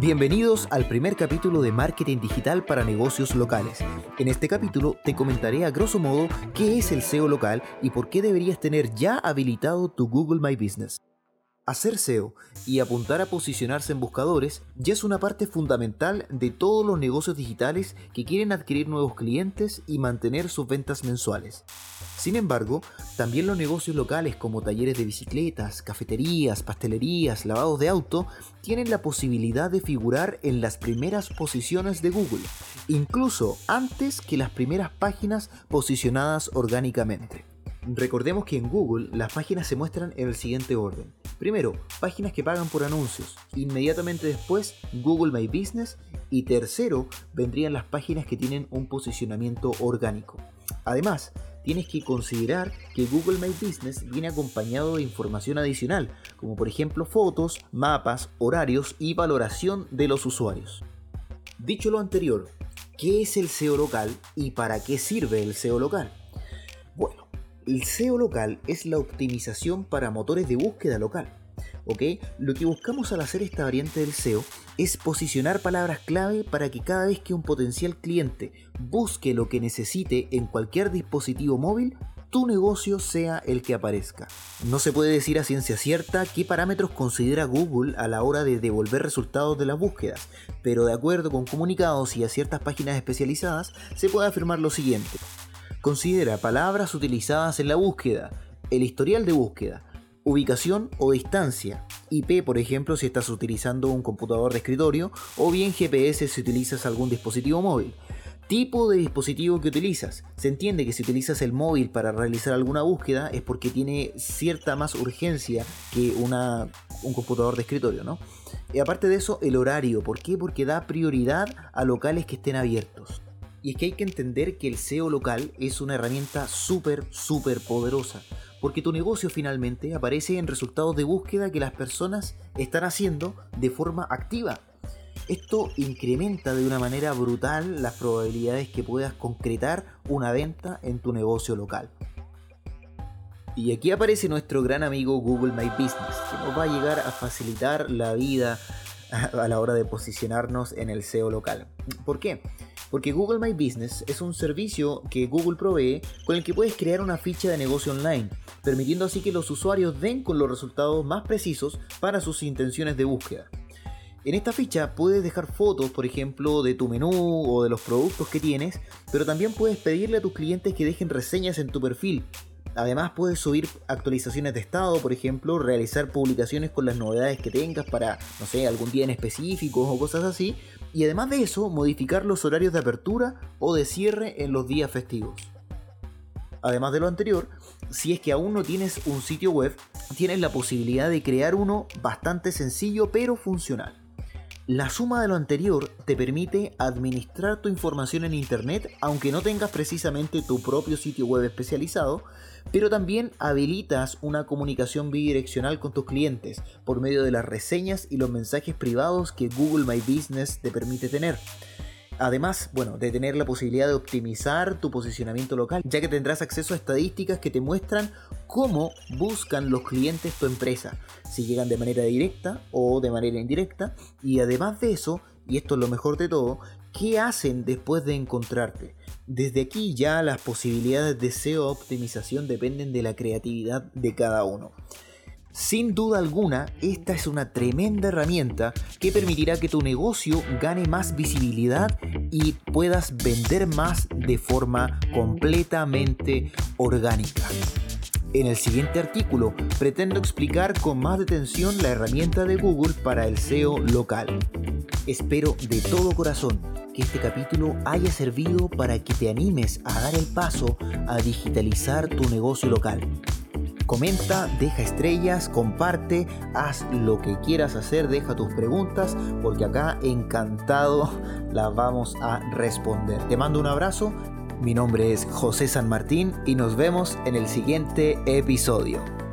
Bienvenidos al primer capítulo de Marketing Digital para Negocios Locales. En este capítulo te comentaré a grosso modo qué es el SEO local y por qué deberías tener ya habilitado tu Google My Business. Hacer SEO y apuntar a posicionarse en buscadores ya es una parte fundamental de todos los negocios digitales que quieren adquirir nuevos clientes y mantener sus ventas mensuales. Sin embargo, también los negocios locales como talleres de bicicletas, cafeterías, pastelerías, lavados de auto, tienen la posibilidad de figurar en las primeras posiciones de Google, incluso antes que las primeras páginas posicionadas orgánicamente. Recordemos que en Google las páginas se muestran en el siguiente orden. Primero, páginas que pagan por anuncios. Inmediatamente después, Google My Business. Y tercero, vendrían las páginas que tienen un posicionamiento orgánico. Además, tienes que considerar que Google My Business viene acompañado de información adicional, como por ejemplo fotos, mapas, horarios y valoración de los usuarios. Dicho lo anterior, ¿qué es el SEO local y para qué sirve el SEO local? Bueno, el SEO local es la optimización para motores de búsqueda local. ¿Ok? Lo que buscamos al hacer esta variante del SEO es posicionar palabras clave para que cada vez que un potencial cliente busque lo que necesite en cualquier dispositivo móvil, tu negocio sea el que aparezca. No se puede decir a ciencia cierta qué parámetros considera Google a la hora de devolver resultados de las búsquedas, pero de acuerdo con comunicados y a ciertas páginas especializadas, se puede afirmar lo siguiente. Considera palabras utilizadas en la búsqueda, el historial de búsqueda, ubicación o distancia, IP por ejemplo si estás utilizando un computador de escritorio o bien GPS si utilizas algún dispositivo móvil. Tipo de dispositivo que utilizas. Se entiende que si utilizas el móvil para realizar alguna búsqueda es porque tiene cierta más urgencia que un computador de escritorio, ¿no? Y aparte de eso, el horario. ¿Por qué? Porque da prioridad a locales que estén abiertos. Y es que hay que entender que el SEO local es una herramienta súper poderosa, porque tu negocio finalmente aparece en resultados de búsqueda que las personas están haciendo de forma activa. Esto incrementa de una manera brutal las probabilidades que puedas concretar una venta en tu negocio local. Y aquí aparece nuestro gran amigo Google My Business, que nos va a llegar a facilitar la vida a la hora de posicionarnos en el SEO local. ¿Por qué? Porque Google My Business es un servicio que Google provee con el que puedes crear una ficha de negocio online, permitiendo así que los usuarios den con los resultados más precisos para sus intenciones de búsqueda. En esta ficha puedes dejar fotos, por ejemplo, de tu menú o de los productos que tienes, pero también puedes pedirle a tus clientes que dejen reseñas en tu perfil. Además puedes subir actualizaciones de estado, por ejemplo, realizar publicaciones con las novedades que tengas para, no sé, algún día en específico o cosas así. Y además de eso, modificar los horarios de apertura o de cierre en los días festivos. Además de lo anterior, si es que aún no tienes un sitio web, tienes la posibilidad de crear uno bastante sencillo pero funcional. La suma de lo anterior te permite administrar tu información en internet aunque no tengas precisamente tu propio sitio web especializado, pero también habilitas una comunicación bidireccional con tus clientes por medio de las reseñas y los mensajes privados que Google My Business te permite tener. Además, de tener la posibilidad de optimizar tu posicionamiento local, ya que tendrás acceso a estadísticas que te muestran cómo buscan los clientes tu empresa, si llegan de manera directa o de manera indirecta, y además de eso, y esto es lo mejor de todo, ¿qué hacen después de encontrarte? Desde aquí ya las posibilidades de SEO optimización dependen de la creatividad de cada uno. Sin duda alguna, esta es una tremenda herramienta que permitirá que tu negocio gane más visibilidad y puedas vender más de forma completamente orgánica. En el siguiente artículo pretendo explicar con más detención la herramienta de Google para el SEO local. Espero de todo corazón que este capítulo haya servido para que te animes a dar el paso a digitalizar tu negocio local. Comenta, deja estrellas, comparte, haz lo que quieras hacer, deja tus preguntas, porque acá encantado las vamos a responder. Te mando un abrazo, mi nombre es José San Martín y nos vemos en el siguiente episodio.